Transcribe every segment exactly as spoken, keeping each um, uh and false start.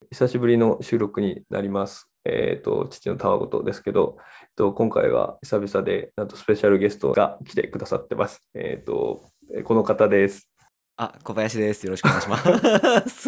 久しぶりの収録になります。えっと、父のたわごとですけど、えっと、今回は久々で、なんとスペシャルゲストが来てくださってます。えっと、えこの方です。 あ、小林です。よろしくお願いします。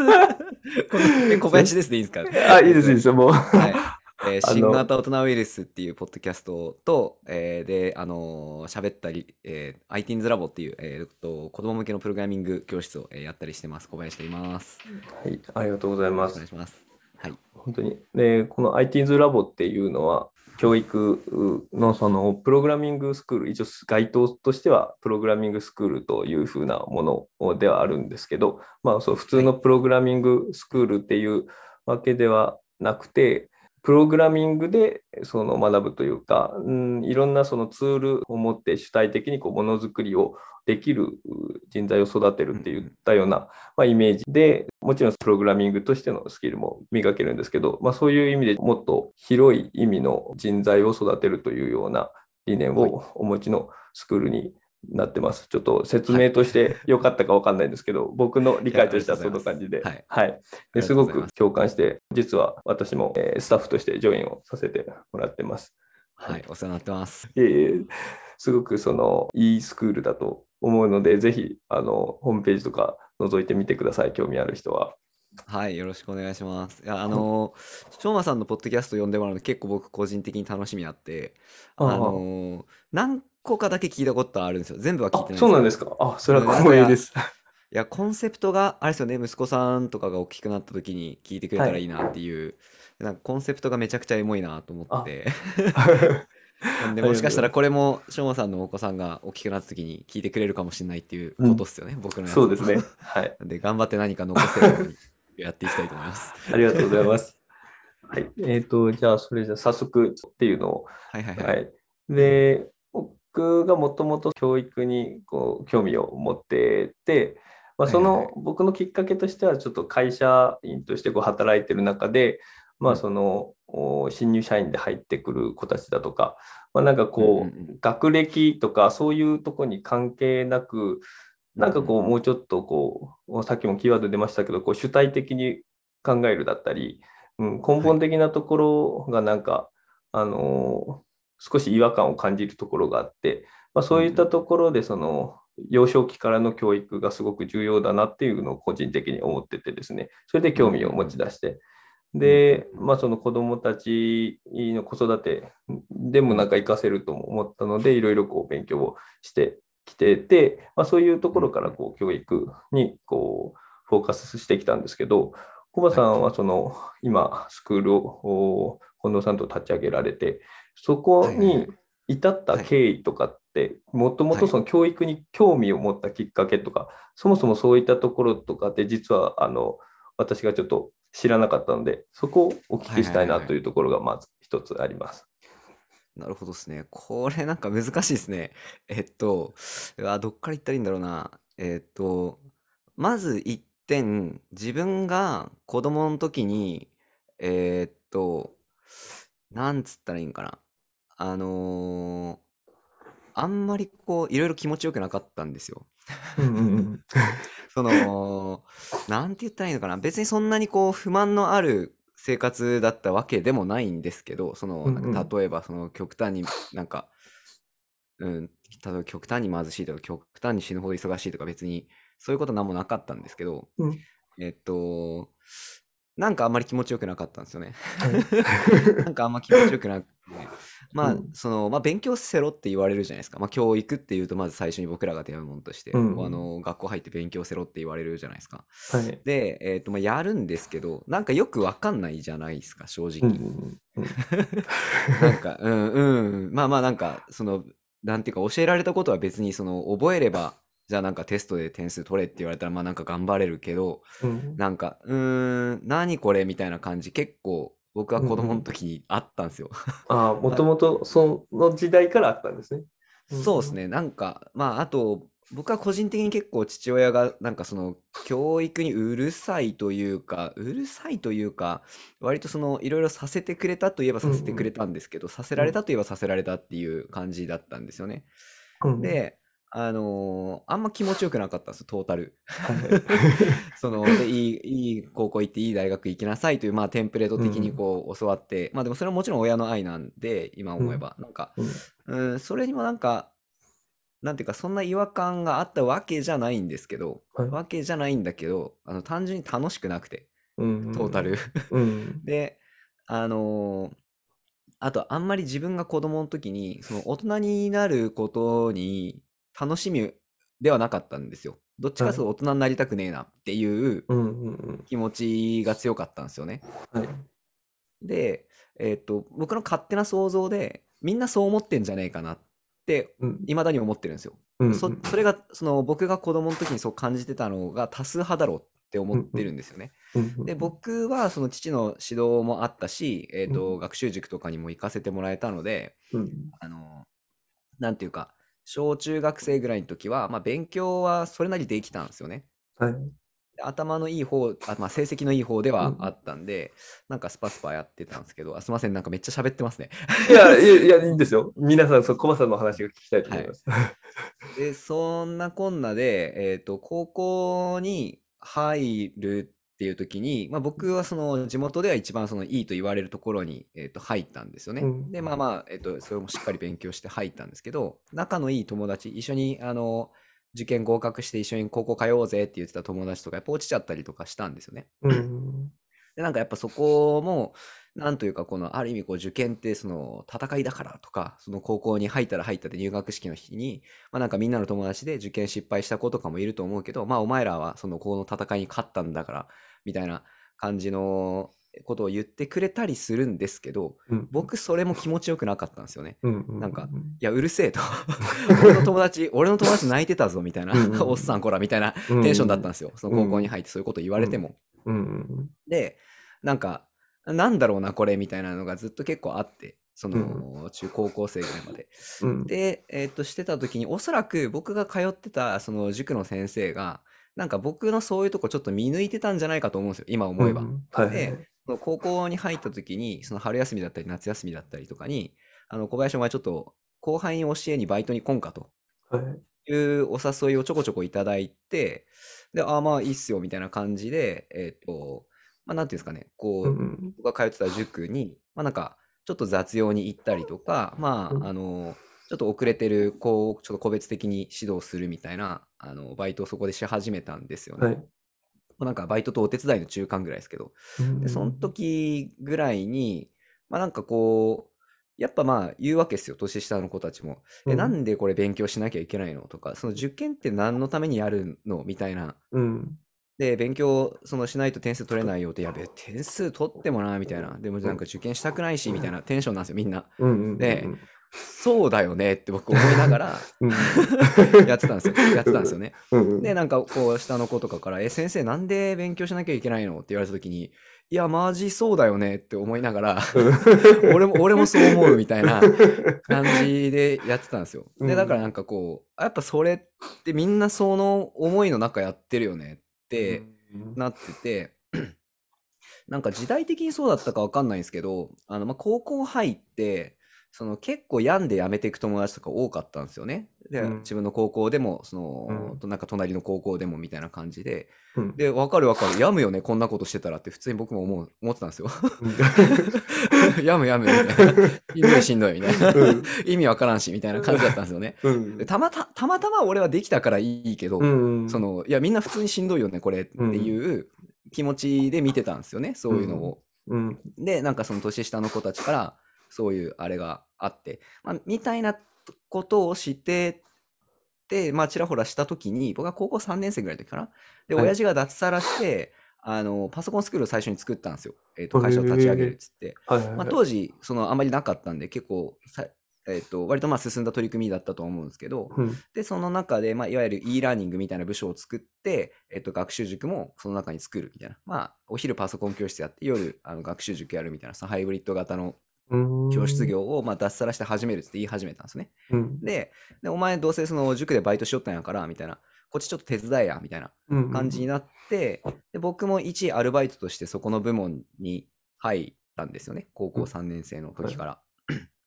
こんな、え、小すいません。 林ですでいいんですか？ あ、いいです、いいでえっと、 す。もうはい。えーあの、 新型大人ウイルスっていうポッドキャストと、えーで、あのー喋ったり、えー、アイティーンズラボっていう、えーっと、子供向けのプログラミング教室を、えーやったりしてます。小林と言います。 はい、ありがとうございよろしくお願います。 します。はい。 本当に。で、この アイティーンズ ラボっていうのは、教育のそのプログラミングスクール、一応該当としてはプログラミングスクールというふうなものではあるんですけど、まあそう普通のはい。 プログラミングスクールっていうわけではなくて、プログラミングでその学ぶというか、うん、いろんなそのツールを持って主体的にこうものづくりをできる人材を育てるっていっうんうん。 たような、まあ、イメージで、もちろんプログラミングとしてのスキルも磨けるんですけど、まあ、そういう意味でもっと広い意味の人材を育てるというような理念はい。 をお持ちのスクールになってます。ちょっと説はい。 明として良かったか分かんないんですけど、僕の理いや、ありが解としてはそんとうございます。 な感じで、 はい。 はい。 ありがですとうございます。 ごく共感して、実は私も、えースタッフとしてジョインをさせてもらってます。はい。 はい。お世話になってます。 いえいえ、すごくそのいいスクールだと思うので、ぜひあのホームページとか覗いてみてください、興味ある人は。 はい、よろしくお願いします。いや、あほんのー、しょうまさんのポッドキャスト読んでもらうの結構僕個人的に楽しみあって、あのあー、何個かだけ聞いたことあるんですよ。全部は聞いあ、あ、 てないんですけど。 そうなんですか。あ、それはうん、なんかいや、 光栄です。 いや、コンセプトが、あれですよね、息子さんとかが大きくなった時に聞いてくれはい。 たらいいなっていう、なんかコンセプトがめちゃくちゃエモいなと思ってあ、 て。なんで、 ありもしかしたらがとうございます。 これも、しょうまさんのお子さんが大きくなった時に聞いてくれるかもしれないっていううん、 ことっすよね、僕のやつも。 そうですね。はい。 なんで、頑張って何か残せるようにやっていきたいと思います。 ありがとうございます。はい。えっと、じゃあ、それじゃあ早速っていうのを、 はいはいはい。 はい。で、僕がもともと教育にこう興味を持ってて、まあ、そのはいはいはい。 僕のきっかけとしては、ちょっと会社員としてこう働いてる中で、まあ、 うん。 そのお新入社員で入ってくる子たちだとか、まあ、なんかうんうんうこう、 ん。 学歴とかそういうところに関係なく、 うんうん。 なんかこう、もうちょっとこう、さっきもキーワード出ましたけど、こう主体的に考えるだったり、うん、根はい。 本的なところがなんか、あのー少し違和感を感じるところがあって、まあ、 うんうそういったとんころでその幼少期からの教育がすごく重要だなっていうのを個人的に思っててですね、それでうん。うん興味を持ちうん出して、 うん。うんうんで、 うん。 まあ、その子どもたちの子育てでもうんなんか活かせると思ったので、いろいろこう勉強をしてきてて、まあ、そういうところからうんうん。 こう教育にこうフォーカスしてきたんですけど、コバはい。 さんはその今、スクールを近藤さんと立ち上げられて、そこにはいはいはい。 至ったはい。 経緯とかって、もともはい。 とその教育に興味を持ったきっかけとか、そもそもそういったところとかって、実はあの私がちょっと知らなかったので、そこをお聞はいきしたいなはいはいはい。 というところがまず一つあります。 なるほどですね。これなんか難しいですね。えっと、うわ、どっから言ったらいいんだろうな。えっと、まず一点、自分が子供の時に、えっと、なんつったらいいんかな。あのーあんまりこう、いろいろ気持ちよくなかったんですよ。 うんうんその、なんて言ったらいいのかな。別にそんなにこう不満のある生活だったわけでもないんですけど、その、なんうんうんか例えばその極端になんか、うん、例えば極端に貧しいとか極端に死ぬほど忙しいとか別にそういうことなんもなかったんですけど、 うんえっと、なんかあんまり気持ちよくなかったんですよね。 はい。 なんかあんま気持ちよくなくて、まあ、 うんその、まあ、勉強せろって言われるじゃないですか。まあ、教育っていうと、まず最初に僕らが出会うものとしうて、こうあんの、学校入って勉強せろって言われるじゃないですか。 はい。 で、えっと、まあ、やるんですけど、なんかよくわかんないじゃないですか、正うん直。 うんうんなんか、うんうん、まあまあなんか、その、なんていうか教えられたことは別にその覚えれば、じゃあなんかテストで点数取れって言われたらまあなんか頑張れるけど、 うんなんか、うーん、何これみたいな感じ結構僕は子供のうんうん時にあったんですよ。 ああ、もあ、 ともとその時代からあったんですね。うんそうですね。なんか、まああと、僕は個人的に結構父親がなんかその教育にうるさいというか、うるさいというか、割とそのいろいろさせてくれたといえばうんさせてくれたんですけど、させられうんたといえばさせられたっていう感じだったんですよね。 うんで、 あのーあんま気持ちよくなかったんですよ、トータル。 はい。 その、で、いい、いい高校行っていい大学行きなさいという、まあ、テンプレート的にうん。 こう教わって、まあでもそれはもちろん親の愛なんで、今うん。 思えば。なんか、 うん。 うん、それにもなんか、なんていうか、そんな違和感があったわけじゃないんですけど、 はい。 わけじゃないんだけど、あの、単純に楽しくなくて、 うトータル。 ん。うん。 で、あのーあと、あんまり自分が子供の時に、その大人になることに楽しみではなかったんですよ。どっちかというとはい。 大人になりたくねえなっていううん。うん。 気持ちが強かったんですよね。 はい。 で、えっと、僕の勝手な想像で、みんなそう思ってんじゃねえかなって、 うん。 未だに思ってるんですよ。 うん。うそ、 ん。 それが、その僕が子供の時にそう感じてたのが多数派だろうって思うん。 ってるんですよね。 うん。 で、 うん。 僕はその父の指導もあったし、えっと、 うん。 学習塾とかにも行かせてもらえたので、 うん。 あの、なんていうか、小中学生ぐらいの時は、まあ、勉強はそれなりできたんですよね。 はい。 で頭のいい方、あ、まあ、成績のいい方でうん。 はあったんで、なんかスパスパやってたんですけど、あ、すいません、なんかめっちゃ喋ってますね。 いや、いや、いや、いいんですよ。皆さん、そう、コバさんの話が聞きたいとはい。 思います。 で、そんなこんなで、えっと、高校に入るっていう時に、まあ、僕はその地元では一番そのいいと言われるところに、えっと、入ったんですよね。 うん。 で、まあまあ、えっと、それもしっかり勉強して入ったんですけど、仲のいい友達、一緒に、あの、受験合格して一緒に高校通おうぜって言ってた友達とかやっぱ落ちちゃったりとかしたんですよね。 うん。 で、なんかやっぱそこも、なんというか、このある意味こう受験ってその戦いだからとか、その高校に入ったら入ったで入学式の日に、まあなんかみんなの友達で受験失敗した子とかもいると思うけど、まあお前らはそのこの戦いに勝ったんだから、みたいな感じのことを言ってくれたりするんですけど、 うん。 僕それも気持ちよくなかったんですよね。 うん。うん。 なんか、いや、うるせえと。俺の友達、俺の友達泣いてたぞ、みたいな。 うおっさんん。 こら、みたいなうテンションだっん。 たんですよ。そのうん。 高校に入ってそういうこと言わうん。 れても。 うん。 で、なんか、なんだろうな、これみたいなのがずっと結構あって、そうん。 の、中高校生ぐらいまで。 うん。 で、えーっと、してた時に、おそらく僕が通ってた、その塾の先生が、なんか僕のそういうとこちょっと見抜いてたんじゃないかと思うんですよ、今思えば。 うん。はいはいはで、 い。 その高校に入った時に、その春休みだったり夏休みだったりとかに、あの、小林お前ちょっと後輩に教えにバイトに来んかとはい。 いうお誘いをちょこちょこいただいて、で、ああ、まあいいっすよ、みたいな感じで、えっと、まあなんていうんですかね、 うこう、 ん。 僕が通ってた塾に、まあなんか、ちょっと雑用に行ったりとか、まあ、あうん。 の、ちょっと遅れてる子をちょっと個別的に指導するみたいな、あの、バイトをそこでし始めたんですよね。 はい。 まあなんかバイトとお手伝いの中間ぐらいですけど。 うで、そのん。 時ぐらいに、まあなんかこう、やっぱまあ言うわけですよ、年下の子たちも。え、なうん。 んでこれ勉強しなきゃいけないのとか、その受験って何のためにやるのみたいな。 うん。 で、勉強そのしないと点数取れないよって、やべ、点数取ってもな、みたいな。でもなんか受験したくないし、みたいなテンションなんですよ、みんな。 うん。うで、 ん。 そうだよねって僕思いながらうん。 やってたんですよ。やってたんですよね。 うん。うで、 ん。 なんかこう、下の子とかから、え、先生なんで勉強しなきゃいけないのって言われた時に、いや、マジそうだよねって思いながら俺も、俺もそう思うみたいな感じでやってたんですよ。で、だからなんかこう、やっぱそれってみんなその思いの中やってるよねってなってて、なんか時代的にそうだったかわかんないんですけど、あの、まあ、高校入って、その結構病んで辞めていく友達とか多かったんですよね。で、 うん。 自分の高校でも、その、 うん。 となんか隣の高校でもみたいな感じで、 うん。 で、わかるわかる、病むよね、こんなことしてたらって普通に僕も思う、思ってたんですよ。 うん。 病む病むみたいな。しんどいしんどいみたいな。 うん。 意味わからんしみたいな感じだったんですよね。 うで、 ん。 たまた、たまたま俺はできたからいいけうど、そん。 の、いや、みんな普通にしんどいよね、これってうん。 いう気持ちで見てたんですよね、 うん。 そういうのを。 うん。 で、なんかその年下の子たちからそういうあれがあって、まあ、みたいなことをしてて、まあ、ちらほらした時に、僕は高校さんねん生ぐらいの時かな。で、 はい。 親父が脱サラして、あの、パソコンスクールを最初に作ったんですよ。えっと、 へ会社を立ち上げるっえ。 つって。まあ、 はいはいはい。 当時、その、あまりなかったんで、結構さ、えっと、割とまあ進んだ取り組みだったと思うんですけど、 うん。 で、その中で、まあ、いわゆる e ラーニングみたいな部署を作って、えっと、学習塾もその中に作るみたいな。まあ、お昼パソコン教室やって、夜、あの学習塾やるみたいな、そのハイブリッド型のうー教室ん。 業をまあ脱サラして始めるって言い始めたんですね。 うん。 で、でお前どうせその塾でバイトしよったんやから、みたいな、こっちちょっと手伝えや、みたいなうん。うん。 感じになって、で僕も一アルバイトとしてそこの部門に入ったんですよね。高校うん。 さんねん生のはい。 時から。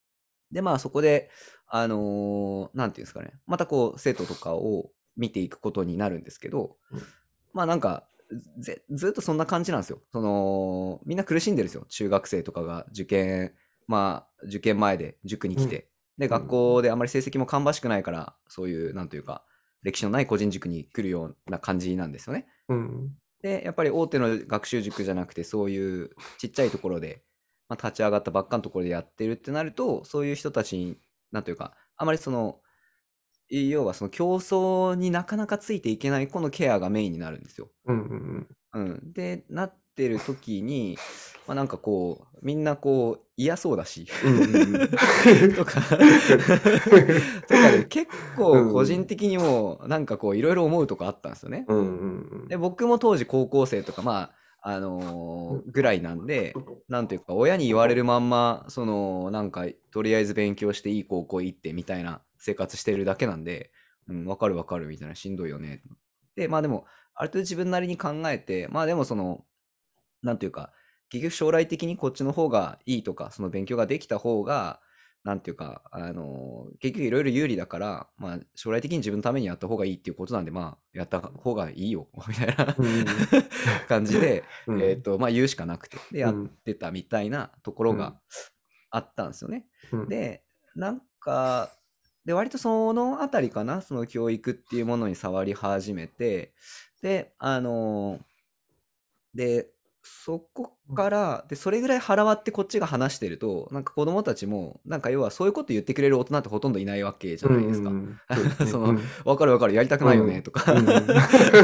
で、まあそこで、あのーなんていうんですかね、またこう生徒とかを見ていくことになるんですけど、 うんまあなんか、ずずっとそんな感じなんですよ。その、みんな苦しんでるんですよ。中学生とかが受験、まあ受験前で塾にうん来て。で、学うん校であまり成績も芳しくないから、そういう、なんというか、歴史のない個人塾に来るような感じなんですよね。 うんで、やっぱり大手の学習塾じゃなくて、そういうちっちゃいところで、まあ、立ち上がったばっかのところでやってるってなると、そういう人たちに、なんというか、あまりその、要はその競争になかなかついていけない子のケアがメインになるんですよ。 うんうんうん。で、なってる時に、まあ、なんかこう、みんなこう、嫌そうだしうんうんうんとかとかで結構個人うん的にもなんかこういろいろ思うとこあったんですよね。 うんうんで、僕も当時高校生とか、まあ、あのーぐらいなんで、なんていうか、親に言われるまんま、その、なんか、とりあえず勉強していい高校行ってみたいな生活してるだけなんで、うん、わかるわかるみたいな、しんどいよね。で、まあでも、ある程度自分なりに考えて、まあでもその、なんていうか、結局将来的にこっちの方がいいとか、その勉強ができた方が、なんていうか、あの、結局いろいろ有利だから、まあ、将来的に自分のためにやった方がいいっていうことなんで、まあ、やった方がいいよ、みたいなうん感じで、 うんえっと、まあ、言うしかなくて、で、やっうんてたみたいなところがあったんですよね。 うんで、なんか、で、割とそのあたりかな、その教育っていうものに触り始めて、で、あの、で、そこから、で、それぐらい腹割ってこっちが話してると、なんか子供たちも、なんか要はそういうこと言ってくれる大人ってほとんどいないわけじゃうないですか。 んそうですね。 その、 うんわかるわかる、やりたくないよね、 うんとかうん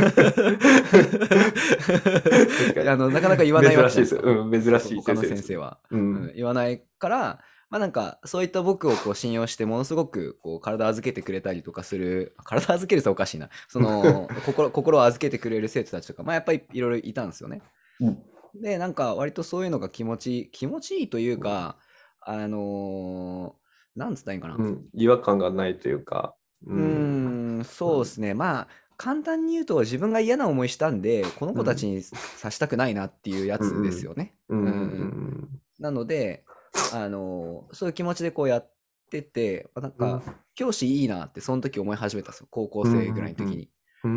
確かに。 あの、なかなか言わないわ珍しいですよ。 けじゃないですか。 うん、珍そうそう、 しい他の先生ですよね。 先生は。うん、 うん。 言わないから、まあなんか、そういった僕をこう信用して、ものすごくこう体預けてくれたりとかする、体預けるとおかしいな。その、心、心を預けてくれる生徒たちとか、まあやっぱりいろいろいたんですよね。 うんで、なんか割とそういうのが気持ちいい、気持ちいいというか、あのーなんつったらいいんかな。 うん、違和感がないというか、ううん、 ーん、そうですね。まあ、簡単に言うと自分が嫌な思いしたんで、このうん、 子たちにさしたくないなっていうやうん、 つうん、 ですよね。 うん、 うんううん。 ん、 なので、あのーそういう気持ちでこうやってて、なんうん、 か、教師いいなってその時思い始めたんですよ。高校う生ぐらいのん、 時に。 うん、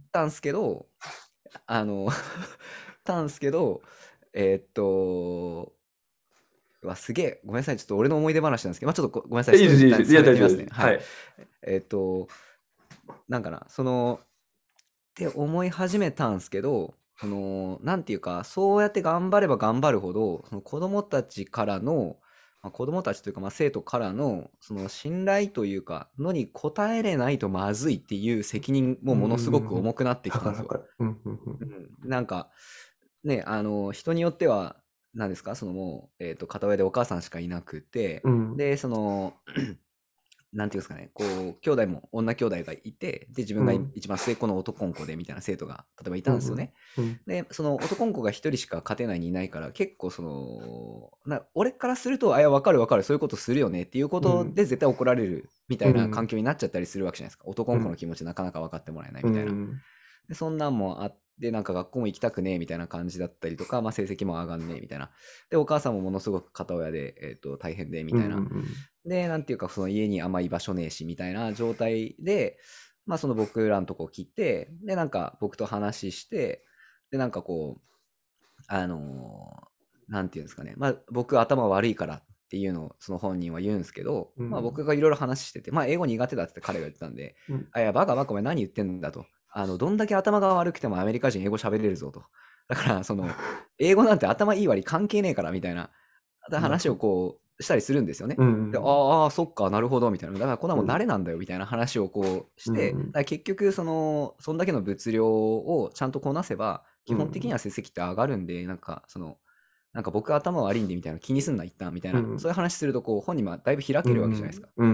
たんすけど、あの、たんすけど、えーっと、うわ、すげえ、ごめんなさい。ちょっと俺の思い出話なんですけど、まあちょっとごごめんなさい。 え、いスいです、いいです。いトーリー一旦進や、 めてみますね。 大丈夫です。 はい。 はい。 えーっと、なんかな、その、って思い始めたんですけど、その、なんていうか、そうやって頑張れば頑張るほど、その子供たちからの、まあ、子供たちというか、まあ、生徒からの、その信頼というか、のに応えれないとまずいっていう責任もうん、 ものすごくうん、 重くなってきたんですよ。 わかるわかる。うん、うん、 うん、なんか、ね、あの、人によっては、何ですか、そのもう、えっと、片親でお母さんしかいなくて、 うん、 で、その、なんていうんですかね、こう、兄弟も女兄弟がいて、で、自分がうん、 一番末っ子の男の子でみたいな生徒が、例えばいたんですようん、 ね。 うん、 で、その男の子が一人しか家庭内にいないから、結構その、な俺からすると、あ、いや、わかるわかる、そういうことするよねっていうことうん、 で絶対怒られるみたいな環うん、 境になっちゃったりするわけじゃないですか。男の子のうん、 気持ちなかなか分かってもらえないうみたいな。 ん、 で、そんなんもあって、なんか学校も行きたくねえみたいな感じだったりとか、まあ成績も上がんねえみたいな。で、お母さんもものすごく片親で、えっと、大変でみうたいな。 ん、 で、なんていうか、その家にあんま居場所ねえしみたいな状態で、まあその僕らのとこ来て、で、なんか僕と話して、で、なんかこう、あのーなんていうんですかね、まあ僕頭悪いからっていうのをその本人は言うんですけど、まあうん、 僕がいろいろ話してて、まあ英語苦手だって彼が言ってたんで、 うん、 あ、いや、バカバカお前何言ってんだと。あの、どんだけ頭が悪くてもアメリカ人英語喋れるぞと。だから、その、英語なんて頭いい割り関係ねえからみたいな話をなるほど。 こうしたりするんですよね。 うで、 ん、 ああ、そっか、なるほど、みたいな。だからこんなもん慣うん、 れなんだよ、みたいな話をこうして、だかうん、 ら結局、その、そんだけの物量をちゃんとこなせば、基本的にうん、 は成績って上がるんで、なんか、その、なんか僕頭悪いんでみたいな気にすんな一旦みたいな、そううん、 いう話するとこう本人はだいぶ開うけるわけじゃないですん、 か。 うん、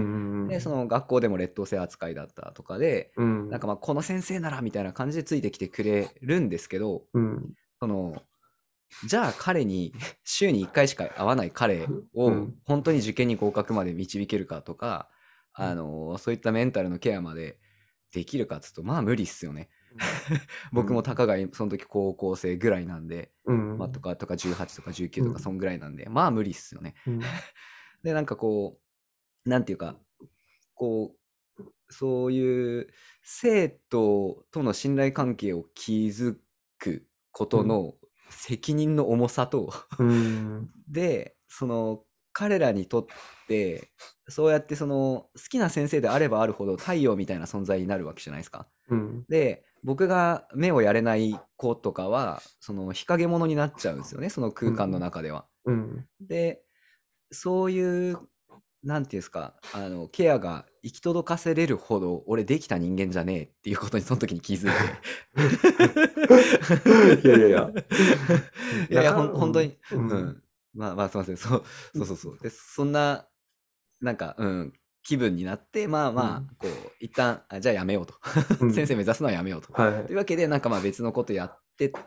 で、その学校でも劣等生扱いだったとかで、 うん、 なんかまあこの先生ならみたいな感じでついてきてくれるんですけど、 うん、 その、じゃあ彼に週にいっかいしか会わない彼をうん、 本当に受験に合格まで導けるかとか、あの、そういったメンタルのケアまでできるかっつうと、まあ無理っすよね。僕もたかがその時高校生ぐらいなんで、 うん、 まあとかとかじゅうはちとかじゅうきゅうとかそうん、 んぐらいなんで、まあ無理っすよね。 うん、 で、なんかこう、 なんていうか、こう、そういう生徒との信頼関係を築くこうん。 との責任の重さと、 うん。 で、その彼らにとってそうやってその好きな先生であればあるほど太陽みたいな存在になるわけじゃないですか。 うん。 で、僕が目をやれない子とかはその日陰者になっちゃうんですよね、その空間のうん。 中では。 うん。 で、そういうなんていうんですか、あのケアが行き届かせれるほど俺できた人間じゃねえっていうことにその時に気づいていやいやいや。 いやいや、ほん、 なかなか、うん。 本当に、 うん。 うん。まあまあ、すいません。そう、そうそうそう。で、そんな、なんか、うん、気分になって、まあうん。 まあ、こう、一旦、あ、じゃあやめようと。 う先生ん。 目指すのはやめようと。 はい。 というわけで、なんかまあ別のことやってって、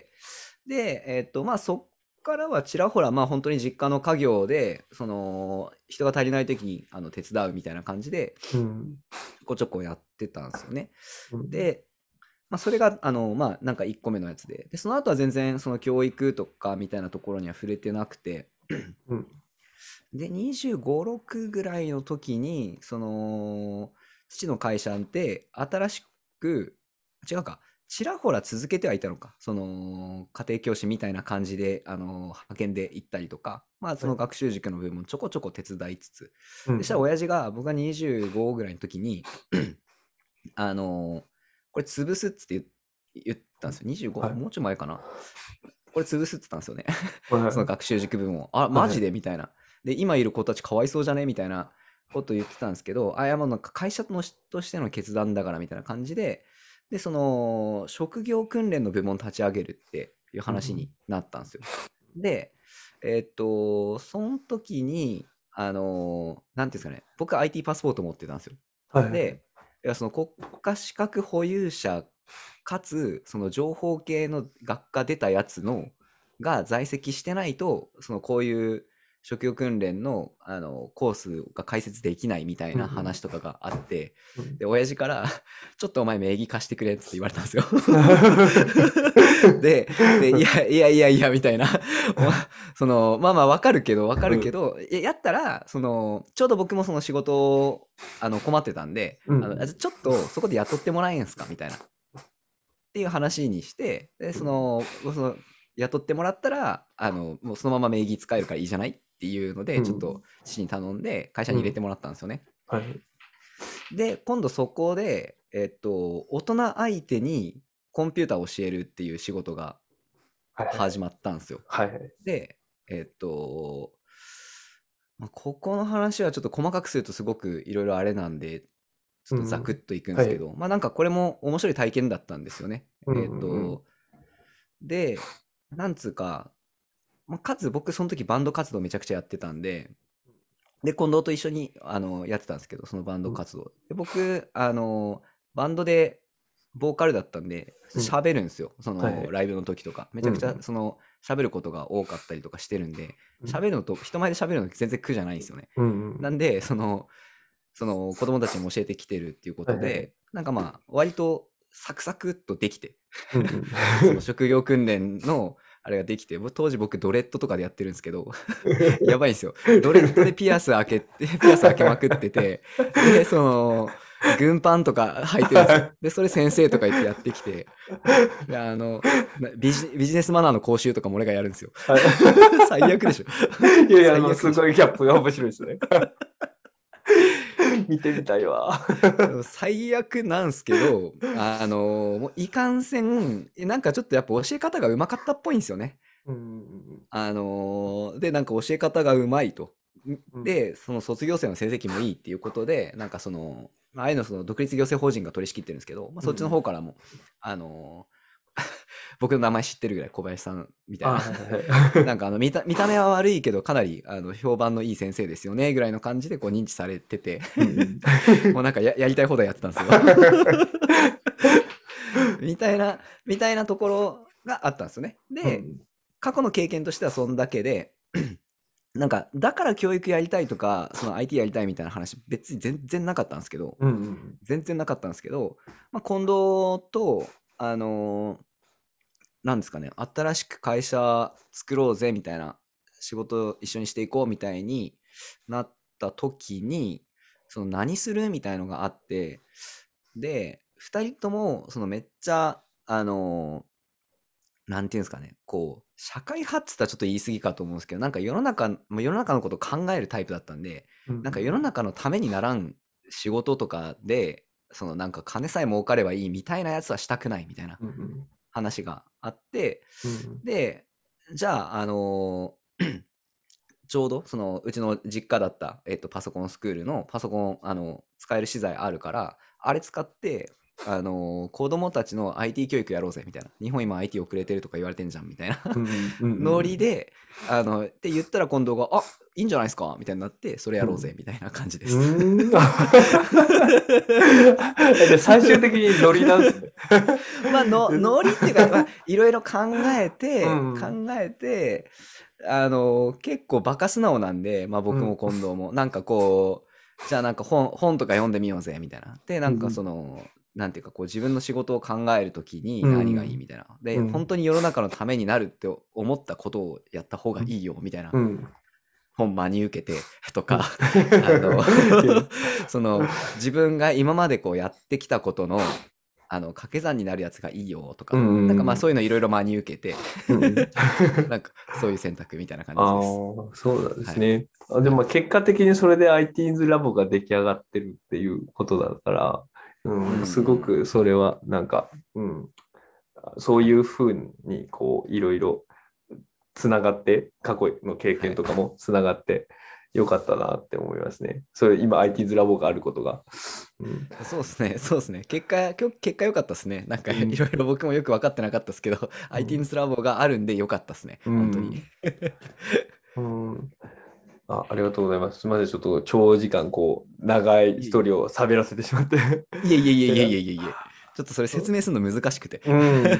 で、えっと、まあそっからはちらほら、まあ本当に実家の家業で、その、人が足りない時にあの手伝うみたいな感じで、 うん。 ちょこちょこやってたんですよね。 うん。 で、まあ、それが、あの、まあ、なんかいっこめのやつで、で、その後は全然、その教育とかみたいなところには触れてなくて、 うん。 で、にじゅうご、ろくぐらいの時に、その、父の会社で新しく、違うか、ちらほら続けてはいたのか、その、家庭教師みたいな感じで、あの、派遣で行ったりとか、まあ、そはい。 の学習塾の部分もちょこちょこ手伝いつつ、で、したらうん。 親父が、僕がにじゅうごぐらいの時に、あの、これ潰すっつって言言ったんですよ。にじゅうご、 はい。 もうちょい前かな。これ潰すっつったんですよね。そのは学習塾部門を。あ、 い。 マジはい。 でみたいな。で、今いる子たちかわいそうじゃねみたいなこと言ってたんですけど、あ、いや、もうなんか会社のとしての決断だからみたいな感じで、で、その、職業訓練の部門立ち上げるっていううん。 話になったんですよ。で、えーっと、その時に、あの、なんていうんですかね、僕は アイティー パスポート持ってたんですよ。 はい。はい。 で、いやその国家資格保有者かつその情報系の学科出たやつのが在籍してないとそのこういう職業訓練の、あのコースが開設できないみたいなうん。 話とかがあって、 うん。 で親父からちょっとお前名義貸してくれって言われたんですよででいやいやいやいやみたいなそのまあまあわかるけどわかうん。 るけどややったらそのちょうど僕もその仕事をあの困ってたんで、あのあうん。 ちょっとそこで雇ってもらえんすかみたいなっていう話にして、でそのその雇ってもらったらあのもうそのまま名義使えるからいいじゃないっていうのでちょっとうん。 父に頼んで会社うん。 に入れてもらったんですよね。 はい。 で今度そこで、えっと、大人相手にコンピューターを教えるっていう仕事がはい。 始まったんですよ。 はい。 で、えっと、まあ、ここの話はちょっと細かくするとすごくいろいろあれなんで、ちょっとザクうん。 ッといくんではい。 すけど、まあなんかこれも面白い体験だったんですよね。 うん。 えっうん。 と、で、なんつうか、まあ、かつ僕その時バンド活動めちゃくちゃやってたんで、で、近藤と一緒にあのやってたんですけど、そのバンドうん。 活動。で、僕、あの、バンドでボーカルだったんで、 うん。 喋るんですよ。そはい。 のライブの時とか。めちゃくちゃうん。 その喋ることが多かったりとかしてるんで、 うん。 喋るのと、人前で喋るの全然苦じゃないんですよね。 うん。 なんで、その、その子供たちにも教えてきてるっていうこはいはい。 とで、なんかまあ、割とサクサクっとできて、 うん。 その職業訓練のあれができて、当時僕ドレッドとかでやってるんですけど、やばいんですよ。ドレッドでピアス開けて、ピアス開けまくってて、で、その、軍パンとか履いてるんですよ。で、それ先生とか言ってやってきて、であの、ビジ、ビジネスマナーの講習とかも俺がやるんですよ。 はい。 最悪でしょ。 いやいや、もうす最悪でしょ。 ごいギャップが面白いですね。見てみたいわ。 最悪なんすけど、あの、もういかんせん、なんかちょっとやっぱ教え方がうまかったっぽいんですよね。 うん。 あのーで、なんか教え方がうまいと。んうん。 で、その卒業生の成績もいいっていうことで、なんかその、ああいうのその独立行政法人が取り仕切ってるんですけど、まあ、そっちのうん。 方からも、あのー僕の名前知ってるぐらい小林さんみたいあ、 なはいはなんい。 かあの見た、見た目は悪いけどかなりあの評判のいい先生ですよねぐらいの感じでこう認知されててうん。 もうなんかや、やりたい放題やってたんですよみたいな、みたいなところがあったんですよね。で、 うん。 過去の経験としてはそんだけで、なんか、だから教育やりたいとか、その アイティー やりたいみたいな話、別に全然なかったんですけど、 うん。 全然なかったんですけど、まあ、近藤と、あのーなんですかね、新しく会社作ろうぜみたいな、仕事を一緒にしていこうみたいになっった時に、その何するみたいのがあって、で、二人とも、そのめっちゃ、あのなんていうんですかね、こう、社会派っつったらちょっと言い過ぎかと思うんですけど、なんか世の中、もう世の中のことを考えるタイプだったんで、 うんなんか世の中のためにならん仕事とかで、そのなんか金さえ儲かればいいみたいなやつはしたくないみたいなうん話があって、 うんで、じゃあ、あのーちょうどそのうちの実家だった、えっと、パソコンスクールのパソコンあの使える資材あるからあれ使ってあの子供たちの アイティー 教育やろうぜみたいな、日本今 アイティー 遅れてるとか言われてんじゃんみたいなうんうんうノリんであのって言ったら近藤があいいんじゃないですかみたいになってそれやろうぜうんみたいな感じでうす。 ん。うーん。で、最終的にノリなんですね。 まあのノリっていうか、まあ、いろいろ考えうて考んえてあの結構バカ素直なんで、まあ、僕もうん近藤もなんかこうじゃあなんか本本とか読んでみようぜみたいなでなんかそのなんていうかこう自分の仕事を考えるときにう何がいいんみたいなでうん本当に世の中のためになるって思ったことをやった方がいいよみたいなうん本真に受けてとかうん。 あのいやその自分が今までこうやってきたことのあの掛け算になるやつがいいよとうかなんかまあんそういうのいろいろ真に受けてうんうん。 なんかそういう選択みたいな感ああ、 じです。 そうなんではい。 すね。あ、でもまあはい。 結果的にそれで アイティー ズラボが出来上がってるっていうことだから、 うんううん、すごん。 くそれはなんか、うん、そういうふうにこういろいろつながって、過去の経はい。 験とかもつながってよかったなって思いますね。それ今 アイティー ズラボがあることが。うん。 そうですね。そうですね。結果、今日、結果良かったですね。なんかうん。 いろいろ僕もよく分かってなかったですけど、 うんアイティー スラボがあるんで良かったですね。 う本当に。 ん。うんあ、ありがとうございます。すみません。ちょっと長時間、こう、長いいえいえ。 ストーリーを喋らせてしまって。 いえいえいえいえいや、 いえいえいえ。ちょっとそれ説明するの難しくて。 うん、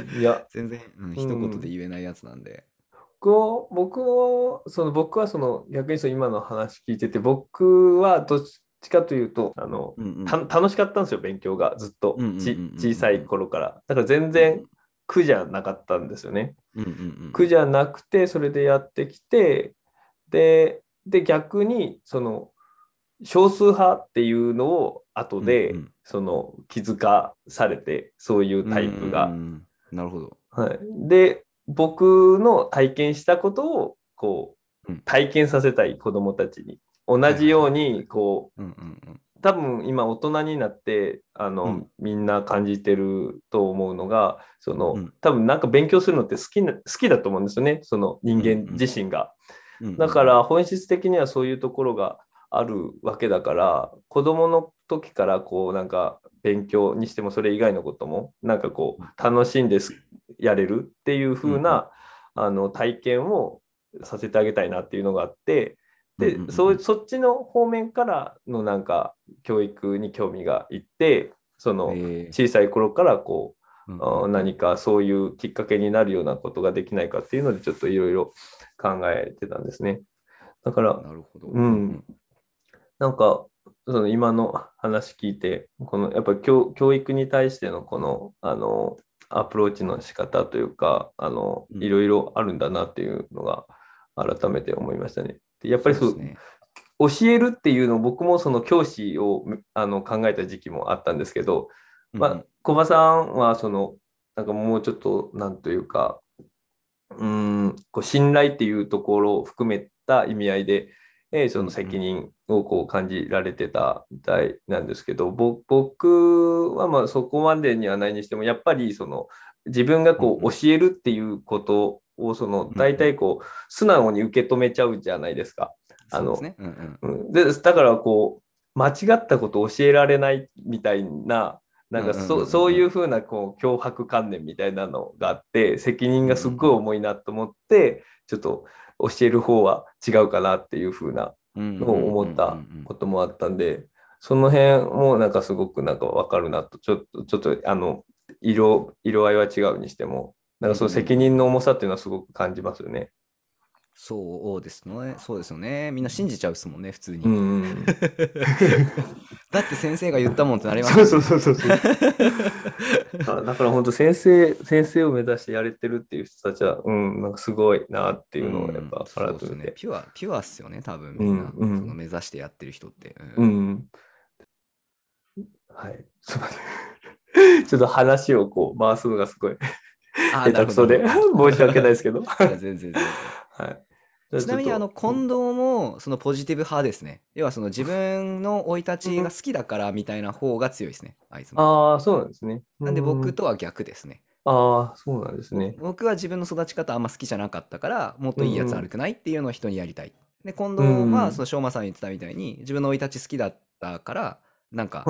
いや、 全然、うん、 う一言でん。 言えないやつなんで。 僕を、僕を、その僕はその逆にその今の話聞いてて、僕はどっちかというと、あの、たうんうん。 楽しかったんですよ、勉強がずっと、 うんうんうんうんうち、小さいん頃から。だから全うん。うん然苦じゃなかったんですよね。 うんうんうん苦じゃなくて、それでやってきて、で、で、逆に、その、少数派っていうのを後うん。うんうで、 ん。 その、気づかされて、そういううータイプが。 ん。なるほど。 はい。で、僕の体験したことを、こう、 うん。 体験させたい子供たちに。同じはいはいはいはい。 ように、こうんうんうん。 う、多分今大人になって、あの、 うん。 みんな感じてると思うのが、その、 うん。 多分なんか勉強するのって好きな、好きだと思うんですよね。その人うんう間自ん。 身が。 うんうんうん。 だから本質的にはそういうところがあるわけだから、子供の時からこうなんか勉強にしてもそれ以外のこともなんかこうんう楽しんですやれるっていううんうん。 風なあの体験をさせてあげたいなっていうのがあって、 うんうんうで、そんうそっちの方面からのなんか教育に興味がいって、そうん。 のええ。 小さい頃からこうんうう、あんうん。 何かそういうきっかけになるようなことができないかっていうのでちょっといろいろ考えてたんですね。だから、 なるほど。 うん、 うんうん。 なんか、その今の話聞いて、このやっぱり教、教育に対してのこの、あの、アプローチの仕方というか、あの、 うん。 いろいろあるんだなっていうのが改めて思いましたね。でやっぱりそう、 そうですね。 教えるっていうのを僕もその教師をあの考えた時期もあったんですけど、まあ、 うんうん。 小葉さんはその、なんかもうちょっと、なんというか、うーん、こう信頼っていうところを含めた意味合いで、えーそのうんうん。 責任をこう感じられてたみたいなんですけど、ぼ僕はまあそこまでにはないにしても、やっぱりその自分がこううんうん。 教えるっていうことをそのうんうん。 大体こう素直に受け止めちゃうじゃないですか。あの、 そうですね。うんうん。 うんで、だからこう間違ったことを教えられないみたいな、なんかうんうんうんうそそういうんうん。 ふうなこう脅迫観念みたいなのがあって、責任うんうがすっごいん重いなと思って、ちょっと教える方は違うかなっていうふうなうん。うんうんのをうんうんう思ったん。 こともあったんで、その辺もなんかすごくなんかわかるなと、ちょっと、ちょっとあの、色、色合いは違うにしても、なんかそのうんうんうんうん。 責任の重さっていうのはすごく感じますよね。 そうですね。そうですよね。みんな信じちゃうっすもんね、普通うに。 ん。 だって先生が言ったもんってなりますそうそうもんね。 そうそうそう。あ、だから本当先生、先生を目指してやれてるっていう人たちは、うん、なんかすごいなってういうのをやっん、 ぱそうですよね。 改めて。 ピュア、ピュアっすよね、多分うん、 みんな。 うん、 その目指してやってる人って。うん。 うん。はい。すいません。ちょっと話をこう回すのがすごいああ、 下なるほど、 手くそでなるほど。 申し訳ないですけどいや、全然全然。 はい。じゃあちなみに、あの、 ちょっと、うん、 近藤も、そのポジティブ派ですね。要は、その自分の生い立ちがうん、 好きだからみたいな方が強いですね、あいつも。 ああ、そうなんですね。うなんで僕ん。 とは逆ですね。 ああ、そうなんですぼね。 僕は自分の育ち方あんま好きじゃなかったから、もっといいやつうん、うん、 悪くないっていうのを人にやりたい。で、近う藤は、そのん、 翔馬さん言ってたみたいに、自分の生い立ち好きだったから、なんか、 うん、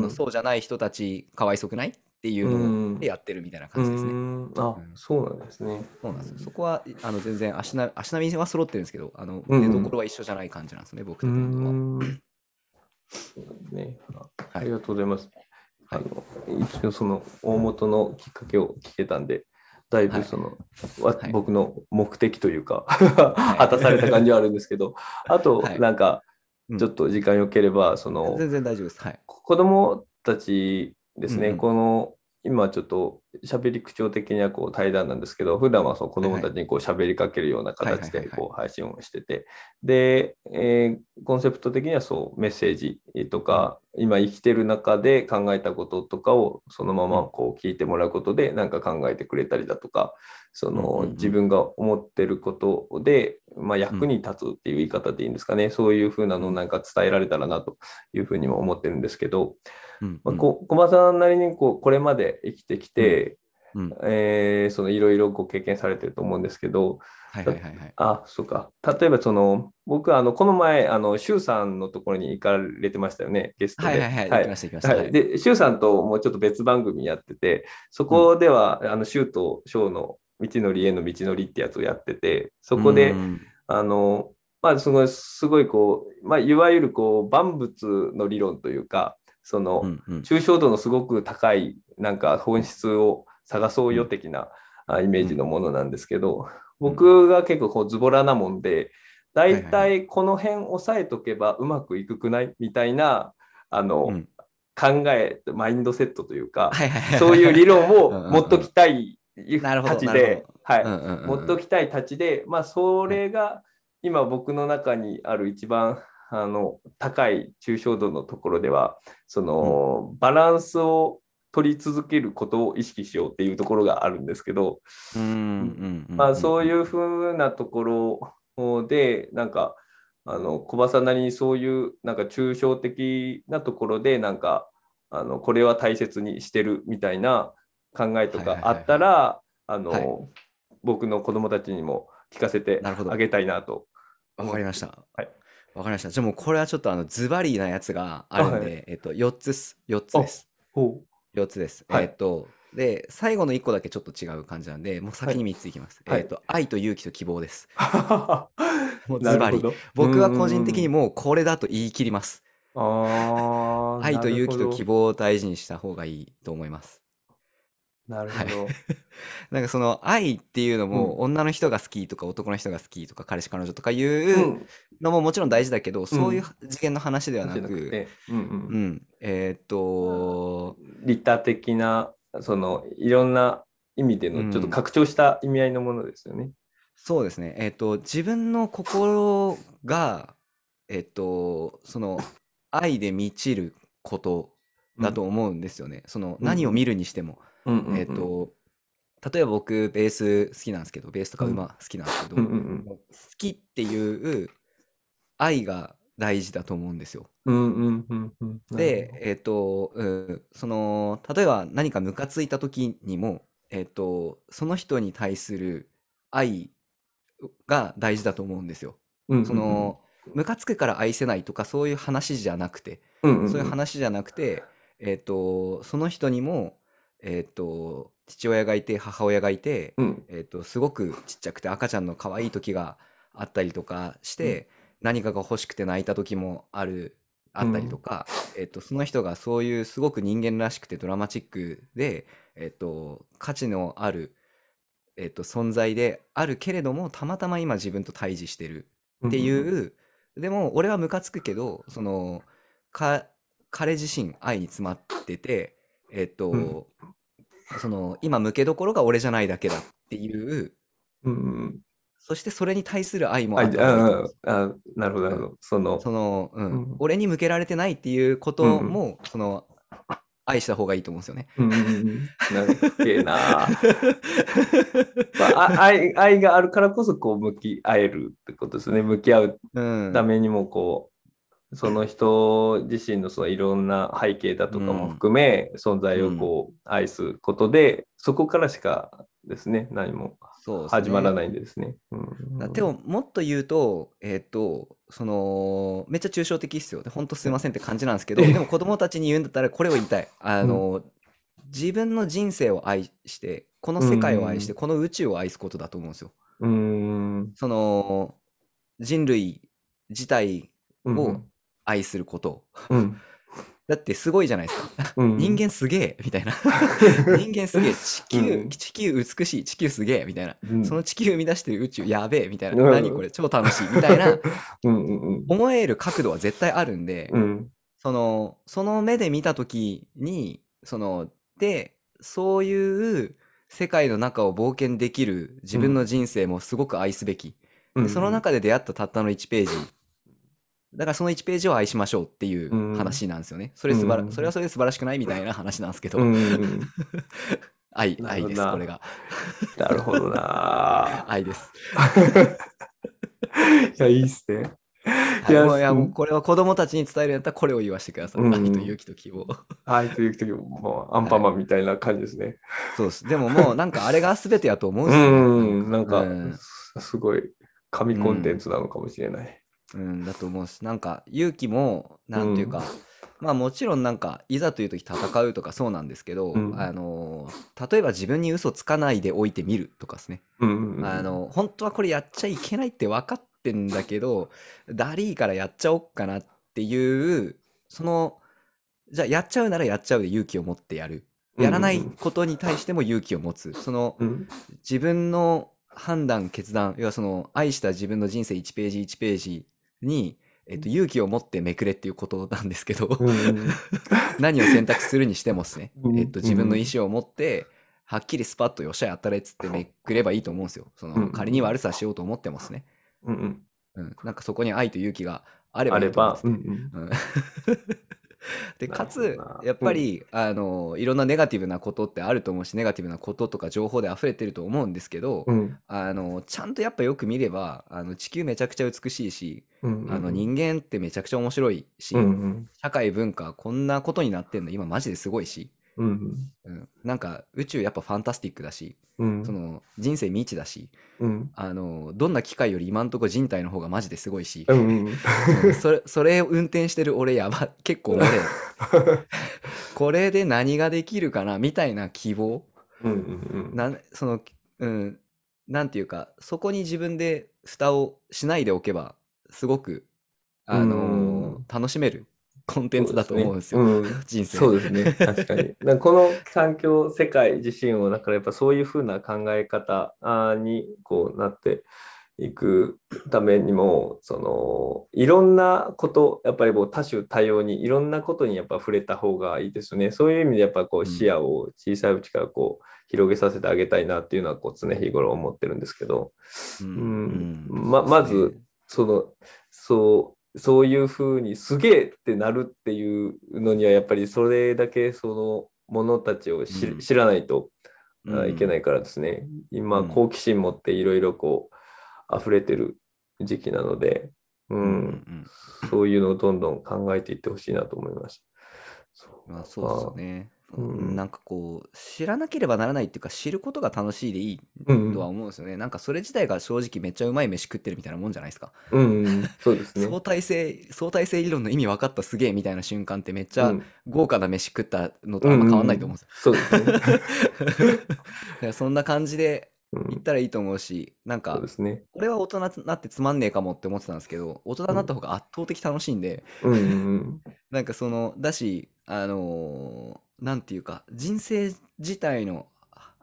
あの、 うん、 そうじゃない人たちかわいそくないっていううのでん、 やってるみたいなう感じですね。 ん、あ、 うん。 そうなんですね。 そうなんですよ。そこは、いあの、全然足な、足並みは揃ってるんですけど、あの、 うん、 出所は一緒じゃない感じなんですね、僕うと近藤は。 ん、うーん、ね、あ、 はい。 ありがとうございます。 はい。 あの、一応その大元のきっかけを聞けたんで、だいはい。 ぶその、わはい。 僕の目的というかは果い。 たされた感じはあるんですけど、あと、 はい。 なんか、 うん。 ちょっと時間よければ、その、 全然大丈夫です。はい。 子供たちですね、 うんうん。 この、今ちょっと喋り口調的にはこう対談なんですけど、普段はその子はいはい。 供たちにこう喋りかけるようなはいは形いはいはい。 でこう配信をしてて、で、えーコンセプト的にはそうメッセージとうん。 か、今生きてる中で考えたこととかをそのまうん。 まこう聞いてもらうことでなんか考えてくれたりだとか、そうんうんうの自ん。 分が思ってることで、まあ、 うん。 役に立つっていう言い方でいいんですかね、そういうふうなのをうん。 なんか伝えられたらなというふうにも思ってるんですけど、まあ、 うんうん。 こ小葉さんなりにこうこれまで生きてきうん。 て、 うん。 えーそのいろいろご経験されてると思うんですけど、 はいはたいはいはい。 あ、そうか。例えばその、僕、あの、この前、あの、周さんのところに行かれてましたよね、ゲストで。 はいはいはい。 はい。 行きました行きました。 はい。 はい。 で、周さんともうちょっと別番組やってて、そうん。 こでは、あの、周と翔の道のりへの道のりってやつをやってて、そうーこで、 ん。 あの、まあ、すごい、すごい、こう、まあ、いわゆる、こう、万物の理論というか、その、 うんうん。 抽象度のすごく高い、なんか本質を探そううん。 よ的なあイメージうん。 のものなんですけど、 うん。 僕が結構こうズボラなもんで、だいはいはいはい。 たいこの辺押さえとけばうまくいくくないみたいな、あの、 うん。 考え、マインドセットというか、 はいはいそういう理論はい。うんを持っときうんうん。 たいなるほどなるほど。 たちで、はうんい、 うんうんうん。 持っときたいたちで、まあ、そはい。 れが今僕の中にある一番あの高い抽象度のところでは、そうん。 のバランスを取り続けることを意識しようっていうところがあるんですけど、 うーん。うんうんまあ、 うんうん。 そういうふうなところで、なんか、あの小バさなりにそういうなんか抽象的なところで、なんか、あのこれは大切にしてるみたいな考えとはいはかあっいはいはい。 たら、あはい。 の僕の子供たちにも聞かせてなるほど。 あげたいなとわ思って。 かりました。 はい。 わかりました。じゃあもうこれはちょっとあのズバリなやつがああ、はい。 るんで、えっと、よっつっす。よっつあ、 です。 ほう。 よっつです。 はい。 えっと、で、最後のいっこだけちょっと違う感じなんで、もうはい。 先にみっついきます。 はい。 えっと、愛と勇気と希望です。もうズバリ。 なるほど。うん僕は個人的にうんうん。 もうこれだと言い切ります。 ああ、 愛なると勇気と希ほど。 望を大事にした方がいいと思います。 なるはい。 ほど。 なんかその愛っていうのうん。 も女の人が好きとか男の人が好きとか彼氏彼女とかいううん。 のももちろん大事だけど、そういううん。 次元の話ではじゃなくなく、 て、うんうん。 うん。えーっと、 利他的な、その、いろんな意味での、ちょっとうん。 拡張した意味合いのものですよね。 そうですね。えーっと、自分の心が、えーっと、その、愛で満ちることうん。 だと思うんですよね。その、 うんうん。 何を見るにしても。 うんうんえーっうん。 と、例えば僕、ベース好きなんですけど、ベースとかうん。 馬好きなんですけうんど、 うんもう好きっていう愛が大事だと思うんですよ。 うん。うんうんうんうん。なるほで、 ど。 えっと、うん、その、例えば何かムカついた時にも、えっと、その人に対する愛が大事だと思うんですよ。 うんうんうん。 その、ムカつくから愛せないとかそういう話じゃなくて、 うんうんそういううん。 話じゃなくて、えっと、その人にも、えっと、父親がいて、母親がいて、 うん。 えっと、すごくちっちゃくて赤ちゃんの可愛い時があったりとかしうんて、何かが欲しくて泣いた時もある、あったりとうん。 か、えっと、その人がそういうすごく人間らしくてドラマチックで、えっと、価値のあるえっと、存在であるけれども、たまたま今自分と対峙してるってうんうんうんいう、でも俺はムカつくけど、その、か、彼自身愛に詰まってて、えっうんと、その、今向けどころが俺じゃないだけだっていう、 うんうん。 そしてそれに対する愛もあ、 あっじた方がいいと思うんゃあ、 ですあ、あなるほど、なよ。うん。 るほど。その、 その、うん。 うん俺に向けられてないっていうこうんうんとも、その、愛した方がいいと思うんですよね。 うんうんうん。なんか深えな。まあ、あ愛、愛があるからこそ、こう、向き合えるってことですね。向き合ううん。 ためにも、こう、その人自身のそのいろんな背景だとかもうん。 含め、存在をうん。 こう、愛すことで、そこからしかですね、何もそうですね。 始まらないんでですね。うん。 だでも、もっと言うと、えっと、その、めっちゃ抽象的っすよ。で、ほんとすいませんって感じなんですけど、でも子供たちに言うんだったらこれを言いたい。あうん。 の、自分の人生を愛して、このう世界を愛して、 ん。 この宇宙を愛すことだと思うんですよ。 うん。 その、人類自体をうん。 愛すること。 うん。 だってすごいじゃないですか。 う人ん。 間すげえみたいな。人間すげえ。地球、 うん。 地球美しい。地球すげえみたいな。 うん。 その地球生み出してる宇宙やべえみたいな。 うん。 何これ超楽しいみたいなうん。 思える角度は絶対あるんで、 うん。 その、その目で見たときに、その、で、そういう世界の中を冒険できる自分のうん。 人生もすごく愛すべき。で、そのうん。 中で出会ったたったのいちページ。だからそのいちページを愛しましょうっていううん。 話なんですよね。それう素晴ら、それはん。 それで素晴らしくないみたいな話なんですけうど。 ん。 愛、 なる愛です、これほどな。 が。 なるほどな。 愛です。 いや、いいっすね。いはい。 や、 もう、いや、もうすうんこれは子供たちに伝えるんやったらこれを言わせてください。 う愛とん。 勇気と希望。 はい、という時も、もうアンパンはい。 マンみたいな感じですね。 そうです。でももうなんかあれが全てやと思うっうすね。なんん、 か。 なんか、 うん。 すすごい、神コンテンうん。 ツなのかもしれない。 うん、だと思うし、なんか勇気も、 うん、 なんていうか、まあもちろんなんか、いざという時戦うとかそうなんですけど、あうん、 の、例えば自分に嘘つかないでおいてみるとかですね。 うん、 あの、本当はこれやっちゃいけないって分かってんだけど、ダリーからやっちゃおっかなっていう、その、じゃあやっちゃうならやっちゃうで勇気を持ってやる。 うん、 やらないうん、 ことに対しても勇気を持つ。その、 うん、 自分の判断、決断、要はその、愛した自分の人生いちページいちページに、えっと、勇気を持ってめくれっていうことなんですけど、 うん、 何を選択するにしてもですね、 うん、 えっと、 うん、 自分の意思を持って、はっきりスパッとよっしゃやったれっつってめくればいいと思うんですよ。そうん、 の、仮にうん、 悪さしようと思ってもですね。 うん、 うん。なんかそこに愛と勇気があればいいあれば、うん、うと思ってて。 ん、 うん。で、 なるほどかつ、 な。 やっうん、 ぱり、あの、いろんなネガティブなことってあると思うし、ネガティブなこととか情報で溢れてると思うんですけど、 うん、 あの、ちゃんとやっぱよく見れば、あの、地球めちゃくちゃ美しいし、 うん、うあの、 ん、 人間ってめちゃくちゃ面白いうん、 し、 うん、 社会文化こんなことになってんの今マジですごいし、 うん、 うん、なんか宇宙やっぱファンタスティックだし、 うん、 その人生未知だし、 うん、 あの、どんな機械より今んとこ人体の方がマジですごいし、 うん、 うん、それ、それを運転してる俺やば、結構おもれえ。これで何ができるかなみたいな希望うん、うん、 なん、その、うん、なんていうか、そこに自分で蓋をしないでおけば、すごく、 うあのん、 ー楽しめるコンテンそうツだですね。 と思うんですよ。 うん。 人生。 そうですね。確かに。だからこの環境、世界自身を、だからやっぱそういうふうな考え方あーにこうなっていくためにも、その、いろんなこと、やっぱりもう多種多様に、いろんなことにやっぱ触れた方がいいですね。そういう意味でやっぱこううん。 視野を小さいうちからこう広げさせてあげたいなっていうのはこう常日頃思ってるんですけど、 うん。ううん、 ん。 ま、 そうですまず、 ね。 その、そう、そういうふうにすげえってなるっていうのにはやっぱりそれだけそのものたちをうん。 知知らないとあいけなうん。 いからですね。今、 うん。 好奇心持っていろいろこう溢れてる時期なので、ううん。うん、 ん。 そういうのをどんどん考えていってほしいなと思います。 まあそうっすよそう、 ね。そまあ、うのなん、 んかこう、知らなければならないっていうか、知ることが楽しいでいいとはうん、 思うんですよね。なんかそれ自体が正直めっちゃうまい飯食ってるみたいなもんじゃないですか。 うん、そうですね。 相対性、相対性理論の意味分かったすげえみたいな瞬間ってめっちゃうん、 豪華な飯食ったのうん、 とあんま変わんうん、 ないと思うんですよ。 そうですね。 だからそんな感じでうん、 言ったらいいと思うし、なんか、 そうですね。 俺は大人になってつまんねえかもって思ってたんですけど、大人になったうん、 方が圧倒的楽しいんで、 うん、うん、 なんかその、だし、あのーなんていうか、人生自体の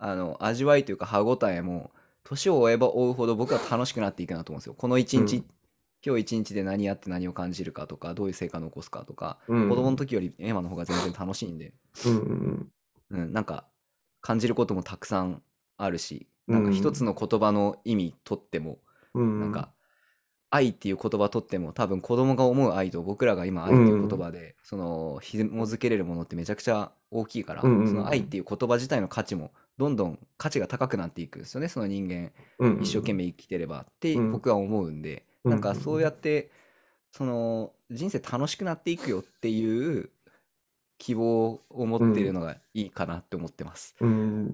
あの味わいというか歯ごたえも年を追えば追うほど僕は楽しくなっていくなと思うんですよ。この一日、 うん、 今日一日で何やって何を感じるかとか、どういう成果を残すかとか、 う子供のん、 時より今の方が全然楽しいんで、 うん、 うん、なんか感じることもたくさんあるし、 うなんか一つん、 の言葉の意味とっても、 うん、 なんか愛っていう言葉とっても多分子供が思う愛と僕らが今う愛っていう言ん、 葉でその紐づけれるものってめちゃくちゃ大きいかうら、その愛っん、 ていう言葉自体の価値もどんどん価値が高くなっていくんですよね。その人間うん、 一生懸命生きてればってうん、 僕は思うんで、 うん、 なんかそうやってその人生楽しくなっていくよっていう希望を持っているうん、 のがいいかなって思ってます。 うん。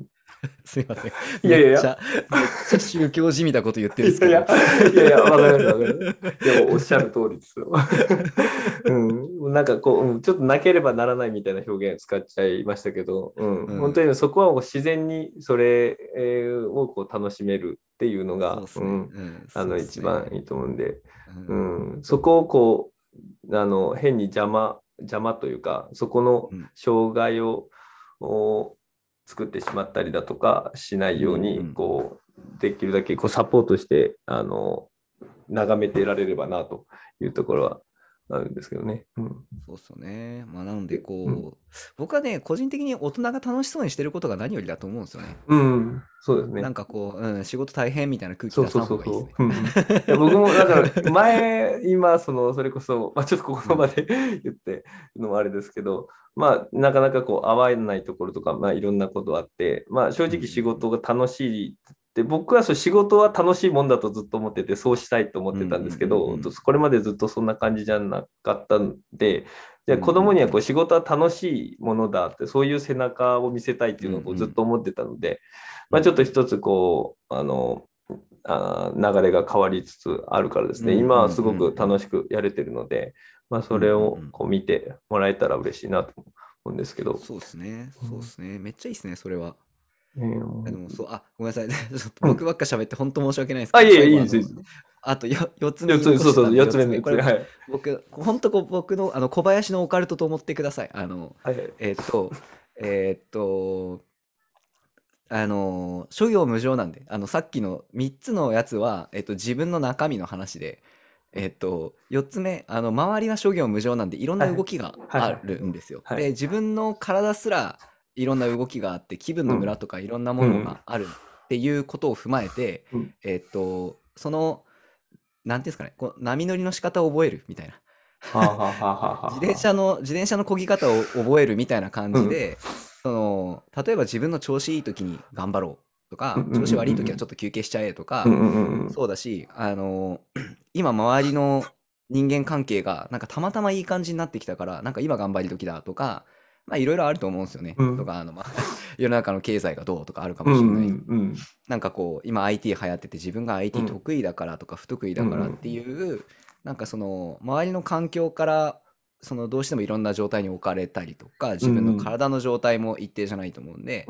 すいません。 いやいやいや、 めっちゃ、めっちゃ宗教じみたこと言ってるんですけど。 いやいや、いやいや、わかります、わかります。いや、もうおっしゃる通りですよ。うん、なんかこう、うん、ちょっとなければならないみたいな表現使っちゃいましたけど、うん、 うん。 本当にそこはもう自然にそれえーをこう楽しめるっていうのが、 そうっすね。 うん、 うん、 あのそうっすね。 一番いいと思うんで、ううん。 ん、そこをこう、あの変に邪魔、邪魔というか、そこのうん。 障害をを作ってしまったりだとかしないうん。うように、 ん。 こう、できるだけこうサポートして、あの、眺めてられればなというところはあるんですけどね。うん。 そうっすよね。まあ、なので、 でうん。 こう、僕はね、個人的に大人が楽しそうにしてることが何よりだと思うんですよね。 うん、そうですね。 なんかこう、うん、仕事大変みたいな空気そうそう出さんそうそう。 方がいいですね。 うんうん、いや僕もだから前、今、そのそれこそ、まあ、ちょっとここの場うん。 で言ってるのもあれですけど、まあ、なかなかこう合わないところとか、まあ、いろんなことあって、まあ、正うん。う直仕ん。 事が楽しいって、僕はそう仕事は楽しいもんだとずっと思ってて、そうしたいと思っうん。うん。 てたんですけうど、 ん。 これまでずっとそんな感じじゃなかったんで、じうん。うん。 ゃあ子供にはうん。 こう仕事は楽しいものだって、そういう背中を見せたいっていうん。ううのをこうずっん。 と思ってたので、まあ、ちょっとうん。 一つこう、あの、あ流れが変わりつつあるからですね、 うん。うん。うん。 今はすごく楽しくやれてるので、まあ、 うん。うん。 それをうん。 こう見てもらえたら嬉しいなと思うんですけど。 そうっすね。 うん、 そうっすね。めっちゃいいっすね、それは。 えーあでもそう、あ、ごめんなさい。ちょっとうん、 僕ばっか喋って本当申し訳ないですけあ、 ど、 いえいえ、いいです、いい最後あの、 です。 あとよよっつめ 4つ、 言い残そうそう、 してたんで 4 4 つ目のつ目。 やつ。 これ、 はい。 僕、本当こう僕の、あの小林のオカルトと思ってください。あの、 はい。 えーっと、えーっと、あの、諸行無常なんで、あの、さっきのみっつのやつは、えっと、自分の中身の話で、えっと、よっつめ、あの、周りは諸行無常なんで、いろんなはい。 動きがあはい。 るんですよ。で、 はい。 自分の体すらいろんな動きがあって、気分のムラうん。 とかいろんなものうん。 があるっていうことを踏まえて、 うん。 えっと、その、なんていうんですかね、こう波乗りの仕方を覚えるみたいな。 はあ、はあはあはあ自転はあ。 車の、自転車の漕ぎ方を覚えるみたいな感うん。 じで、その、例えば自分の調子いい時に頑張ろうとか、 うん。うん。 調子悪い時はうん。 ちょっと休憩しちゃえとうん。 か、 うん。うん。 そうだし、あの、今周りの人間関係がなんかたまたまいい感じになってきたから、なんか今頑張り時だとか、まあいろいろあると思うんですよね。 うん。 とか、あの、まあ世の中の経済がどうとかあるかうん。うもしれない。 ん。 なんかこう、今 アイティー 流行ってて自分がうアイティーん。 得意だからとか不得意うん。 だからっていう、なんかその周りの環境からそのどうしてもいろんな状態に置かれたりとか、 うん。 自分のうん。 体の状態も一定じゃないと思うんで、 うん。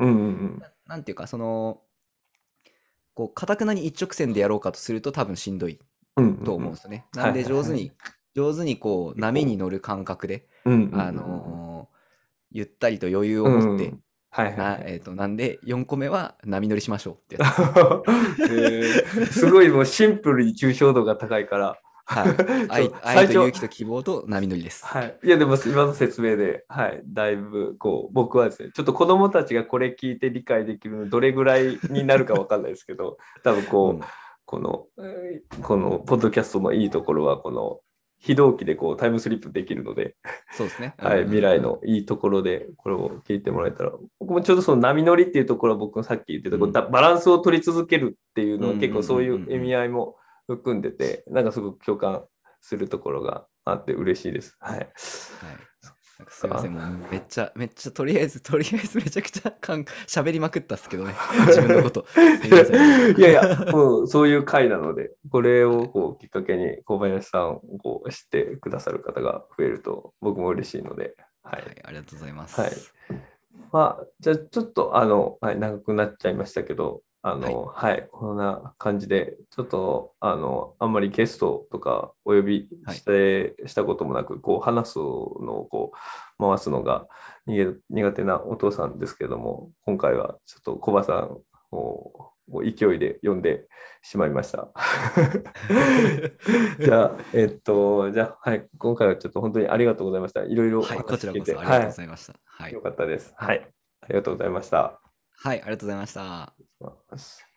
な、なんていうかその、こう、かたくなに一直線でやろうかとすると多分しんどいうん。うとん。うん。 思うんですよね。なはい。 んではい。はい。 上手に、上手にこう波にこ乗る感覚で、 う。うん。うん。 あうん。 のーゆったりと余裕をうん。 持って、 うん。はい。はい。はな、 い。 えっと、なんでよんこめは波乗りしましょうってやつですね。 えー、すごいもうシンプルに抽象度が高いから、 はい。 そう、 愛、愛最初、 と勇気と希望と波乗りです。 はい。いや、でも今の説明で、はい、だいぶ、こう、僕はですね、ちょっと子供たちがこれ聞いて理解できるのどれぐらいになるかわかんないですけど、多分こう、 うん。 この、えーこの、ポッドキャストのいいところは、この、非同期でこうタイムスリップできるので、 そうですね。うんうはい、未来のんいいところでこれを聞いてもらえたら、僕もちょうどその波乗りっていうところは僕のさっき言ってたうん。うん。 こうバランスを取り続けるっていうのはうんうんうんうん結構そういう意うん。 味合いも含んでて、なんかすごく共感するところがあって嬉しいです。はい。 はい。なんかすいません。 かもうめっちゃ、めっちゃ、とりあえず、とりあえずめちゃくちゃかん喋りまくったっすけどね。自分のこと。すいません、なんかいやいや、もうそういう回なので、これはい。 をこうきっかけに小林さんをこう知ってくださる方が増えると僕も嬉しいので、はい。 はい。ありがとうございまはい。 す。 まあ、じゃあちょっとあの、はい、長くなっちゃいましたけど、 あはい。 の、はい、こんな感じで、ちょっと、あの、あんまりゲストとかお呼びはい。 して、したこともなく、こう、話すのをこう、回すのが苦苦手なお父さんですけども、今回はちょっとコバさんをを勢いで呼んでしまいました。じゃあ、えっと、じゃあ、はい、今回はちょっと本当にありがとうございました。いろいろおはい、こちら話聞いて、 こそありがとうごはざいました。はい、 い。 よかったです。はい、ありがとうございました。 はい、ありがとうございました。 ます